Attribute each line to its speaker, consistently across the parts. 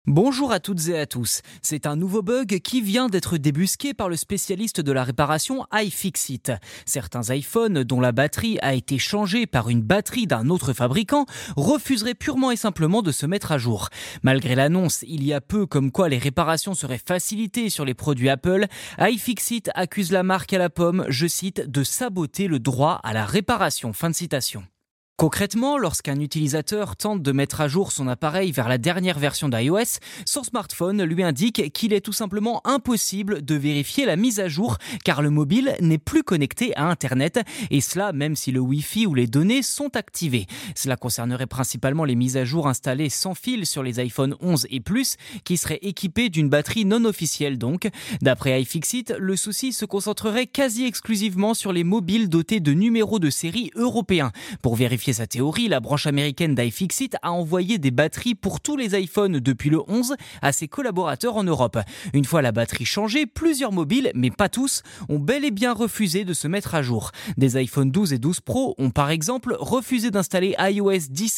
Speaker 1: Bonjour à toutes et à tous. C'est un nouveau bug qui vient d'être débusqué par le spécialiste de la réparation iFixit. Certains iPhones dont la batterie a été changée par une batterie d'un autre fabricant refuseraient purement et simplement de se mettre à jour. Malgré l'annonce il y a peu comme quoi les réparations seraient facilitées sur les produits Apple, iFixit accuse la marque à la pomme, je cite, de saboter le droit à la réparation. Fin de citation. Concrètement, lorsqu'un utilisateur tente de mettre à jour son appareil vers la dernière version d'iOS, son smartphone lui indique qu'il est tout simplement impossible de vérifier la mise à jour car le mobile n'est plus connecté à Internet et cela même si le Wi-Fi ou les données sont activées. Cela concernerait principalement les mises à jour installées sans fil sur les iPhone 11 et plus qui seraient équipés d'une batterie non officielle donc. D'après iFixit, le souci se concentrerait quasi exclusivement sur les mobiles dotés de numéros de série européens. Pour vérifier sa théorie, la branche américaine d'iFixit a envoyé des batteries pour tous les iPhones depuis le 11 à ses collaborateurs en Europe. Une fois la batterie changée, plusieurs mobiles, mais pas tous, ont bel et bien refusé de se mettre à jour. Des iPhone 12 et 12 Pro ont par exemple refusé d'installer iOS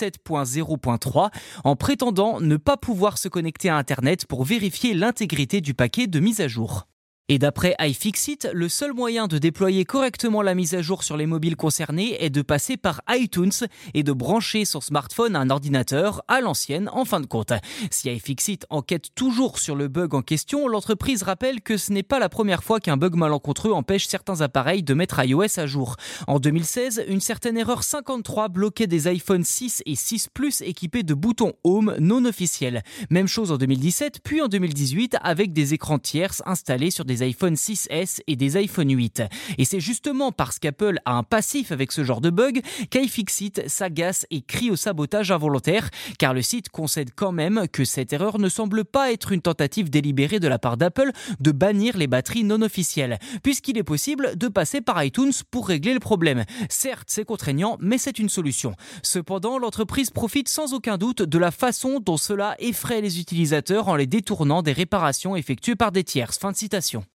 Speaker 1: 17.0.3 en prétendant ne pas pouvoir se connecter à Internet pour vérifier l'intégrité du paquet de mise à jour. Et d'après iFixit, le seul moyen de déployer correctement la mise à jour sur les mobiles concernés est de passer par iTunes et de brancher son smartphone à un ordinateur à l'ancienne en fin de compte. Si iFixit enquête toujours sur le bug en question, l'entreprise rappelle que ce n'est pas la première fois qu'un bug malencontreux empêche certains appareils de mettre iOS à jour. En 2016, une certaine erreur 53 bloquait des iPhone 6 et 6 Plus équipés de boutons Home non officiels. Même chose en 2017, puis en 2018 avec des écrans tierces installés sur des iPhone 6S et des iPhone 8. Et c'est justement parce qu'Apple a un passif avec ce genre de bug qu'iFixit s'agace et crie au sabotage involontaire, car le site concède quand même que cette erreur ne semble pas être une tentative délibérée de la part d'Apple de bannir les batteries non officielles, puisqu'il est possible de passer par iTunes pour régler le problème. Certes, c'est contraignant, mais c'est une solution. Cependant, l'entreprise profite sans aucun doute de la façon dont cela effraie les utilisateurs en les détournant des réparations effectuées par des tierces. Fin de citation.